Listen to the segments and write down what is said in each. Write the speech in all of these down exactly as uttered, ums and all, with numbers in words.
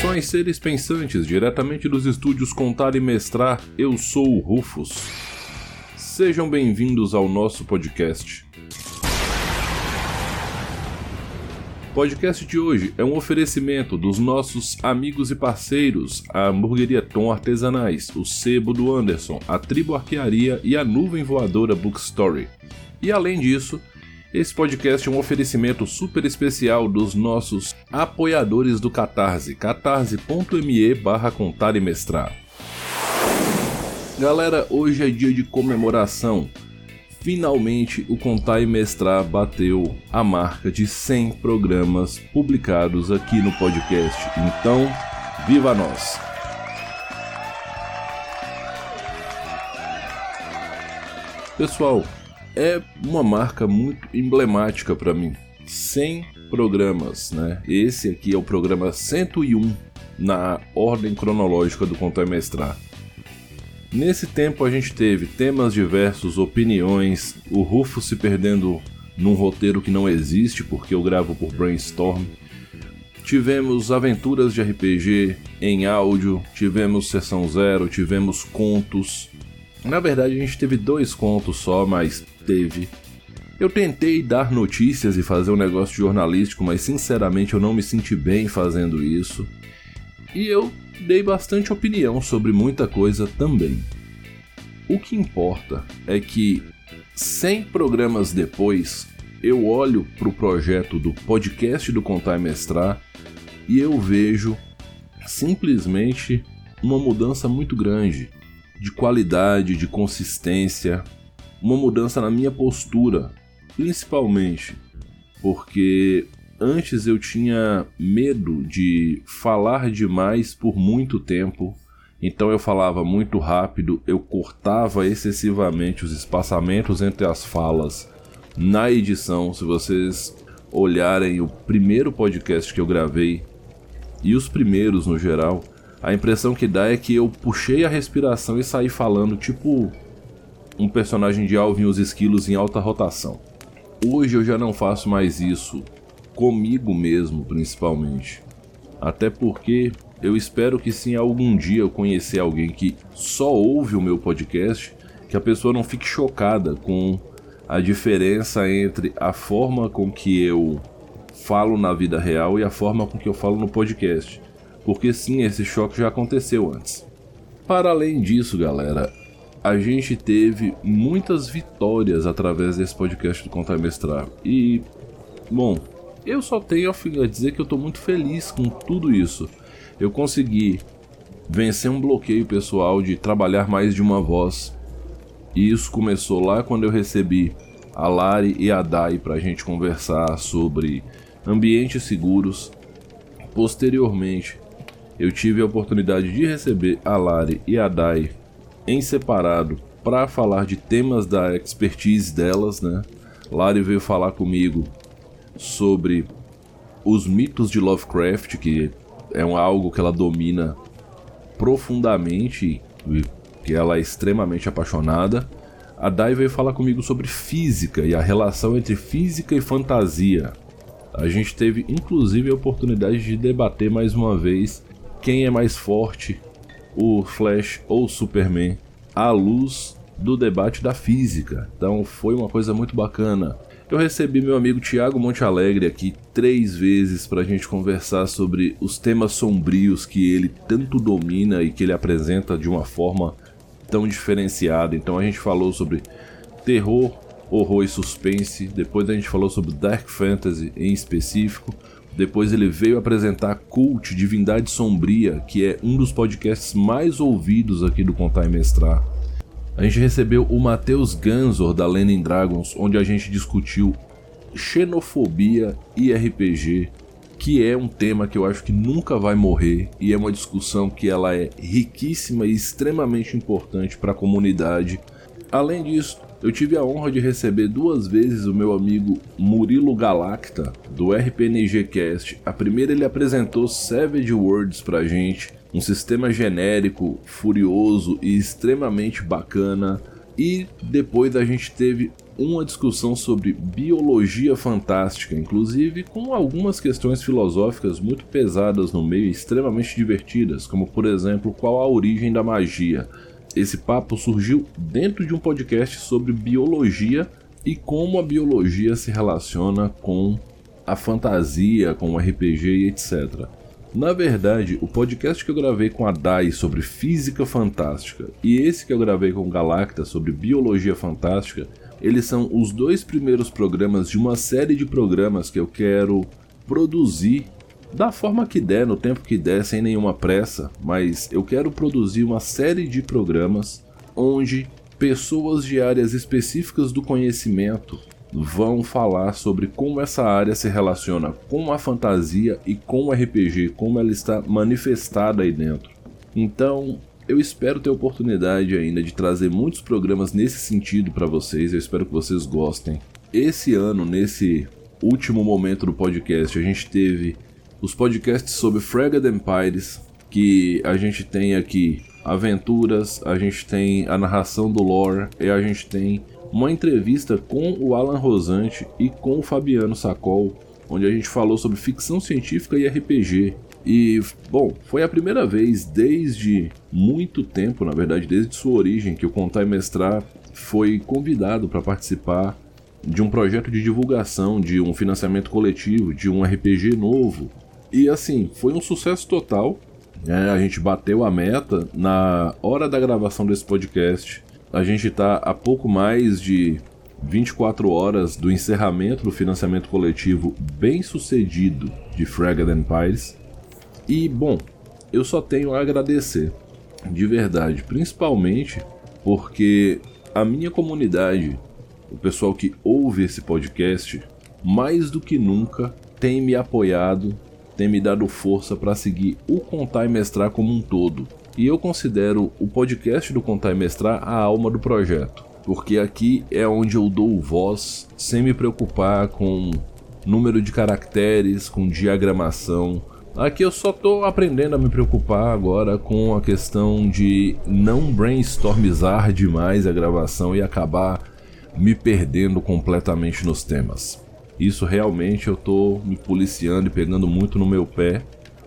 Saudações, seres pensantes, diretamente dos estúdios Contar e Mestrar, eu sou o Rufus. Sejam bem-vindos ao nosso podcast. O podcast de hoje é um oferecimento dos nossos amigos e parceiros, a Hamburgueria Tom Artesanais, o Sebo do Anderson, a Tribo Arquearia e a Nuvem Voadora Bookstory. E além disso, esse podcast é um oferecimento super especial dos nossos apoiadores do Catarse, catarse.me barra contar e mestrar. Galera, hoje é dia de comemoração. Finalmente o Contar e Mestrar bateu a marca de cem programas publicados aqui no podcast. Então, viva nós! Pessoal, é uma marca muito emblemática para mim. cem programas, né? Esse aqui é o programa cento e um na ordem cronológica do Contar e Mestrar. Nesse tempo a gente teve temas diversos, opiniões, o Rufus se perdendo num roteiro que não existe porque eu gravo por brainstorm. Tivemos aventuras de R P G em áudio, tivemos sessão zero, tivemos contos. Na verdade a gente teve dois contos só, mas teve. Eu tentei dar notícias e fazer um negócio jornalístico, mas sinceramente eu não me senti bem fazendo isso. E eu dei bastante opinião sobre muita coisa também. O que importa é que cem programas depois eu olho para o projeto do podcast do Contar e Mestrar e eu vejo simplesmente uma mudança muito grande de qualidade, de consistência, uma mudança na minha postura, principalmente porque antes eu tinha medo de falar demais por muito tempo, então eu falava muito rápido, eu cortava excessivamente os espaçamentos entre as falas na edição. Se vocês olharem o primeiro podcast que eu gravei, e os primeiros no geral, a impressão que dá é que eu puxei a respiração e saí falando tipo um personagem de Alvin e os Esquilos em alta rotação. Hoje eu já não faço mais isso, comigo mesmo principalmente. Até porque eu espero que se algum dia eu conhecer alguém que só ouve o meu podcast, que a pessoa não fique chocada com a diferença entre a forma com que eu falo na vida real e a forma com que eu falo no podcast. Porque sim, esse choque já aconteceu antes. Para além disso, galera, a gente teve muitas vitórias através desse podcast do Contar e Mestrar. E, bom, eu só tenho a dizer que eu estou muito feliz com tudo isso. Eu consegui vencer um bloqueio pessoal de trabalhar mais de uma voz. E isso começou lá quando eu recebi a Lari e a Dai para a gente conversar sobre ambientes seguros. Posteriormente, eu tive a oportunidade de receber a Lari e a Dai em separado para falar de temas da expertise delas, né? Lari veio falar comigo sobre os mitos de Lovecraft, que é um, algo que ela domina profundamente e que ela é extremamente apaixonada. A Dai veio falar comigo sobre física e a relação entre física e fantasia. A gente teve inclusive a oportunidade de debater mais uma vez quem é mais forte, o Flash ou o Superman, à luz do debate da física. Então foi uma coisa muito bacana. Eu recebi meu amigo Thiago Montealegre aqui três vezes para a gente conversar sobre os temas sombrios que ele tanto domina e que ele apresenta de uma forma tão diferenciada. Então a gente falou sobre terror, horror e suspense. Depois a gente falou sobre Dark Fantasy em específico. Depois ele veio apresentar Cult, Divindade Sombria, que é um dos podcasts mais ouvidos aqui do Contar e Mestrar. A gente recebeu o Matheus Ganzor da Lenin Dragons, onde a gente discutiu xenofobia e R P G, que é um tema que eu acho que nunca vai morrer e é uma discussão que ela é riquíssima e extremamente importante para a comunidade. Além disso, eu tive a honra de receber duas vezes o meu amigo Murilo Galacta, do R P N G Cast. A primeira ele apresentou Savage Worlds pra gente, um sistema genérico, furioso e extremamente bacana. E depois a gente teve uma discussão sobre biologia fantástica, inclusive com algumas questões filosóficas muito pesadas no meio e extremamente divertidas, como por exemplo, qual a origem da magia. Esse papo surgiu dentro de um podcast sobre biologia e como a biologia se relaciona com a fantasia, com o R P G e etcétera. Na verdade, o podcast que eu gravei com a Dai sobre física fantástica e esse que eu gravei com o Galacta sobre biologia fantástica, eles são os dois primeiros programas de uma série de programas que eu quero produzir da forma que der, no tempo que der, sem nenhuma pressa, mas eu quero produzir uma série de programas onde pessoas de áreas específicas do conhecimento vão falar sobre como essa área se relaciona com a fantasia e com o R P G, como ela está manifestada aí dentro. Então, eu espero ter a oportunidade ainda de trazer muitos programas nesse sentido para vocês, eu espero que vocês gostem. Esse ano, nesse último momento do podcast, a gente teve os podcasts sobre Fragile Empires, que a gente tem aqui aventuras, a gente tem a narração do lore e a gente tem uma entrevista com o Alan Rosante e com o Fabiano Sacol, onde a gente falou sobre ficção científica e R P G. E, bom, foi a primeira vez desde muito tempo, na verdade, desde sua origem, que o Contar e Mestrar foi convidado para participar de um projeto de divulgação, de um financiamento coletivo, de um R P G novo. E assim, foi um sucesso total. É, a gente bateu a meta na hora da gravação desse podcast. A gente está a pouco mais de vinte e quatro horas do encerramento do financiamento coletivo bem sucedido de Fragile Empires. E, bom, eu só tenho a agradecer, de verdade, principalmente porque a minha comunidade, o pessoal que ouve esse podcast, mais do que nunca tem me apoiado, tem me dado força para seguir o Contar e Mestrar como um todo. E eu considero o podcast do Contar e Mestrar a alma do projeto, porque aqui é onde eu dou voz sem me preocupar com número de caracteres, com diagramação. Aqui eu só tô aprendendo a me preocupar agora com a questão de não brainstormizar demais a gravação e acabar me perdendo completamente nos temas. Isso realmente eu tô me policiando e pegando muito no meu pé,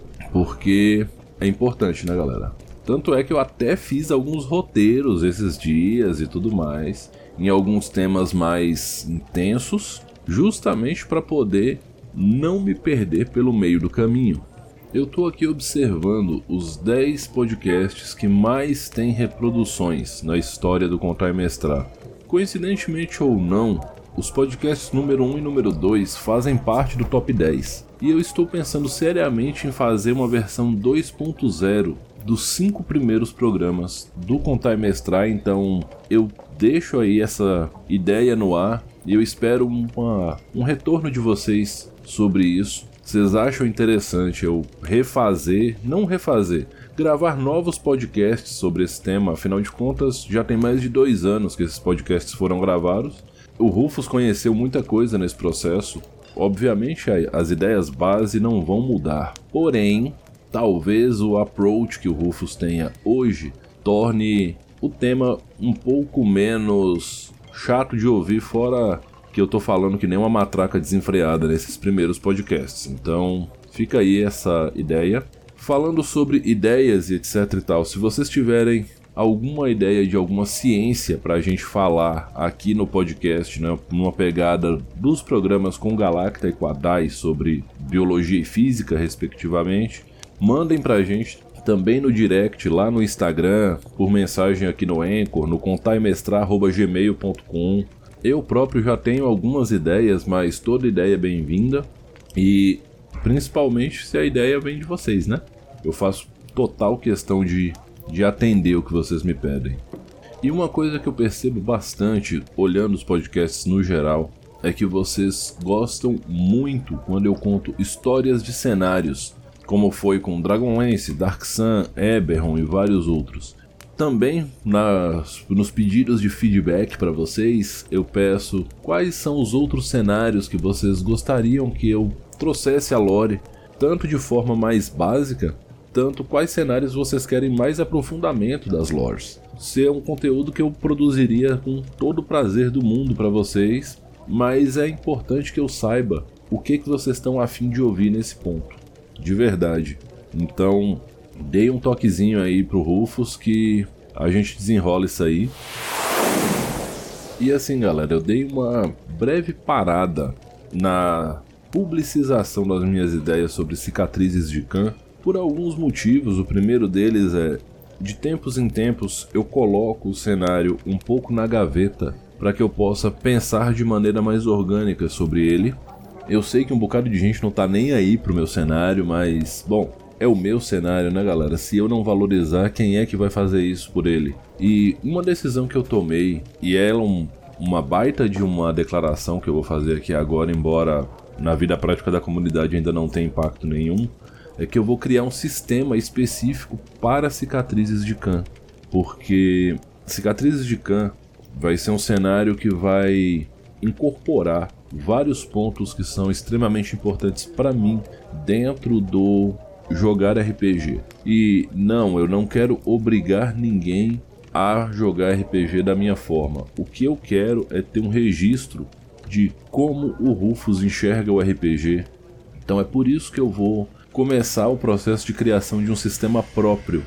porque é importante, né, galera? Tanto é que eu até fiz alguns roteiros esses dias e tudo mais, em alguns temas mais intensos, justamente para poder não me perder pelo meio do caminho. Eu tô aqui observando os dez podcasts que mais têm reproduções na história do Contar e Mestrar. Coincidentemente ou não, os podcasts número um e número dois fazem parte do top dez. E eu estou pensando seriamente em fazer uma versão dois ponto zero dos cinco primeiros programas do Contar e Mestrar, então eu deixo aí essa ideia no ar e eu espero uma, um retorno de vocês sobre isso. Vocês acham interessante eu refazer, não refazer, gravar novos podcasts sobre esse tema? Afinal de contas, já tem mais de dois anos que esses podcasts foram gravados. O Rufus conheceu muita coisa nesse processo. Obviamente as ideias base não vão mudar, porém, talvez o approach que o Rufus tenha hoje torne o tema um pouco menos chato de ouvir, fora que eu tô falando que nem uma matraca desenfreada nesses primeiros podcasts. Então fica aí essa ideia. Falando sobre ideias e etc e tal, se vocês tiverem alguma ideia de alguma ciência pra gente falar aqui no podcast, né, numa pegada dos programas com Galacta e com a Dai sobre biologia e física, respectivamente, mandem pra gente também no direct lá no Instagram, por mensagem aqui no Anchor, no contar e mestrar arroba gmail ponto com. Eu próprio já tenho algumas ideias, mas toda ideia é bem-vinda, e principalmente se a ideia vem de vocês, né? Eu faço total questão de, de atender o que vocês me pedem. E uma coisa que eu percebo bastante olhando os podcasts no geral é que vocês gostam muito quando eu conto histórias de cenários, como foi com Dragonlance, Dark Sun, Eberron e vários outros. Também nas, nos pedidos de feedback para vocês, eu peço quais são os outros cenários que vocês gostariam que eu trouxesse a lore, tanto de forma mais básica, Portanto, quais cenários vocês querem mais aprofundamento das lores? Se é um conteúdo que eu produziria com todo o prazer do mundo para vocês, mas é importante que eu saiba o que, que vocês estão a fim de ouvir nesse ponto, de verdade. Então, dei um toquezinho aí pro Rufus que a gente desenrola isso aí. E assim, galera, eu dei uma breve parada na publicização das minhas ideias sobre cicatrizes de Khan por alguns motivos. O primeiro deles é, de tempos em tempos eu coloco o cenário um pouco na gaveta para que eu possa pensar de maneira mais orgânica sobre ele. Eu sei que um bocado de gente não tá nem aí pro meu cenário, mas, bom, é o meu cenário, né, galera? Se eu não valorizar, quem é que vai fazer isso por ele? E uma decisão que eu tomei, e ela é um, uma baita de uma declaração que eu vou fazer aqui agora, embora na vida prática da comunidade ainda não tenha impacto nenhum, é que eu vou criar um sistema específico para cicatrizes de Khan. Porque cicatrizes de Khan vai ser um cenário que vai incorporar vários pontos que são extremamente importantes para mim dentro do jogar R P G. E não, eu não quero obrigar ninguém a jogar R P G da minha forma. O que eu quero é ter um registro de como o Rufus enxerga o R P G. Então é por isso que eu vou começar o processo de criação de um sistema próprio.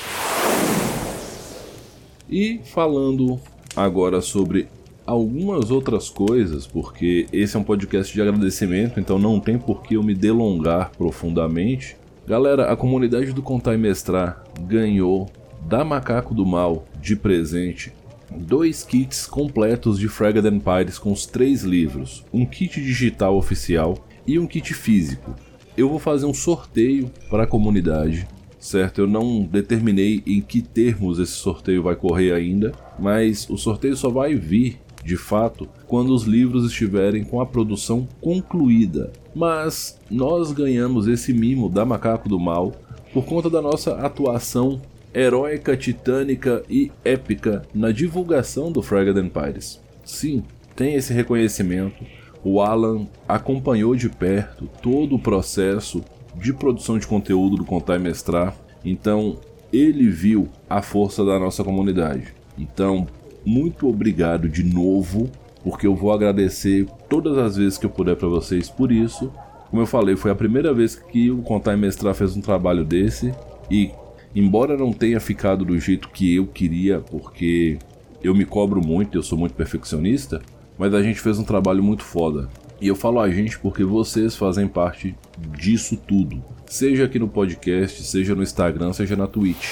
E falando agora sobre algumas outras coisas, porque esse é um podcast de agradecimento, então não tem por que eu me delongar profundamente. Galera, a comunidade do Contar e Mestrar ganhou da Macaco do Mal de presente dois kits completos de Fragged Empires com os três livros, um kit digital oficial e um kit físico. Eu vou fazer um sorteio para a comunidade, certo? Eu não determinei em que termos esse sorteio vai correr ainda, mas o sorteio só vai vir, de fato, quando os livros estiverem com a produção concluída. Mas nós ganhamos esse mimo da Macaco do Mal por conta da nossa atuação heróica, titânica e épica na divulgação do Fragged Empires. Sim, tem esse reconhecimento. O Alan acompanhou de perto todo o processo de produção de conteúdo do Contar e Mestrar, então ele viu a força da nossa comunidade. Então, muito obrigado de novo, porque eu vou agradecer todas as vezes que eu puder para vocês por isso. Como eu falei, foi a primeira vez que o Contar e Mestrar fez um trabalho desse, e embora não tenha ficado do jeito que eu queria, porque eu me cobro muito, eu sou muito perfeccionista, mas a gente fez um trabalho muito foda. E eu falo a gente porque vocês fazem parte disso tudo, seja aqui no podcast, seja no Instagram, seja na Twitch.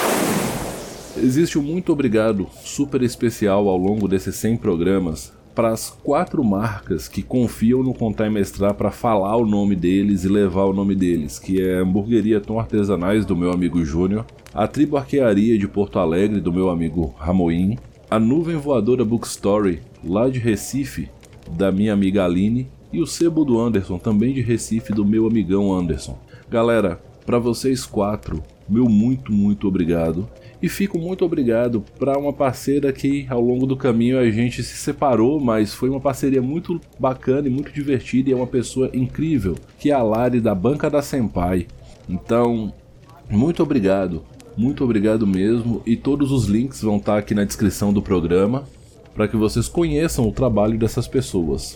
Existe um muito obrigado super especial ao longo desses cem programas para as quatro marcas que confiam no Contar e Mestrar para falar o nome deles e levar o nome deles, que é a Hamburgueria Tom Artesanais do meu amigo Júnior, a Tribo Arquearia de Porto Alegre do meu amigo Ramoim, a Nuvem Voadora Bookstory lá de Recife da minha amiga Aline e o Sebo do Anderson, também de Recife, do meu amigão Anderson. Galera, para vocês quatro, meu muito, muito obrigado. E fico muito obrigado para uma parceira que ao longo do caminho a gente se separou, mas foi uma parceria muito bacana e muito divertida, e é uma pessoa incrível, que é a Lari da Banca da Senpai. Então, muito obrigado, muito obrigado mesmo, e todos os links vão estar aqui na descrição do programa, para que vocês conheçam o trabalho dessas pessoas.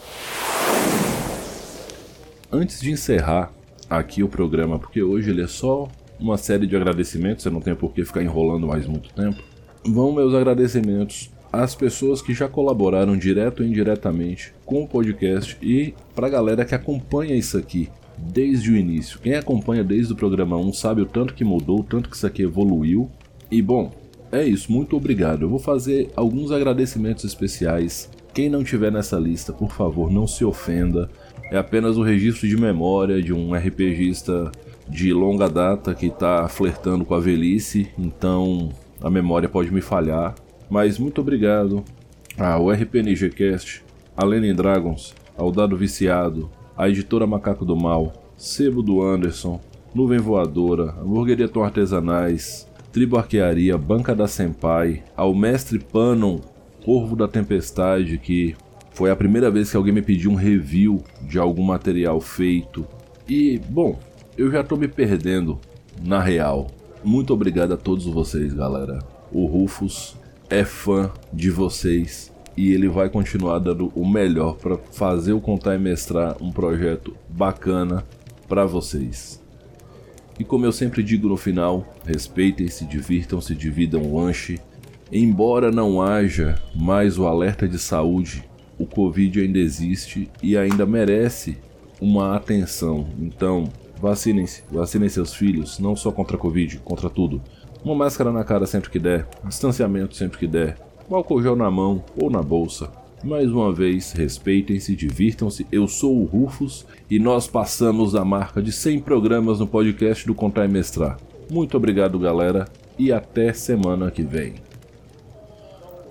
Antes de encerrar aqui o programa, porque hoje ele é só uma série de agradecimentos, eu não tenho por que ficar enrolando mais muito tempo, vão meus agradecimentos às pessoas que já colaboraram direto ou indiretamente com o podcast e pra galera que acompanha isso aqui desde o início. Quem acompanha desde o programa um sabe o tanto que mudou, o tanto que isso aqui evoluiu. E bom, é isso, muito obrigado. Eu vou fazer alguns agradecimentos especiais. Quem não tiver nessa lista, por favor, não se ofenda. É apenas o registro de memória de um RPGista de longa data que está flertando com a velhice, então a memória pode me falhar. Mas muito obrigado ao R P N G Cast, a Lenin Dragons, ao Dado Viciado, a Editora Macaco do Mal, Sebo do Anderson, Nuvem Voadora, Hamburgueria Tom Artesanais, Tribo Arquearia, Banca da Senpai, ao Mestre Panon, Corvo da Tempestade, que foi a primeira vez que alguém me pediu um review de algum material feito. E, bom, eu já tô me perdendo na real. Muito obrigado a todos vocês, galera. O Rufus é fã de vocês e ele vai continuar dando o melhor para fazer o Contar e Mestrar um projeto bacana para vocês. E como eu sempre digo no final, respeitem-se, divirtam-se, dividam o lanche. Embora não haja mais o alerta de saúde, o Covid ainda existe e ainda merece uma atenção. Então, vacinem-se, vacinem seus filhos, não só contra a Covid, contra tudo. Uma máscara na cara sempre que der, distanciamento sempre que der, um álcool gel na mão ou na bolsa. Mais uma vez, respeitem-se, divirtam-se. Eu sou o Rufus e nós passamos a marca de cem programas no podcast do Contar e Mestrar. Muito obrigado, galera, e até semana que vem.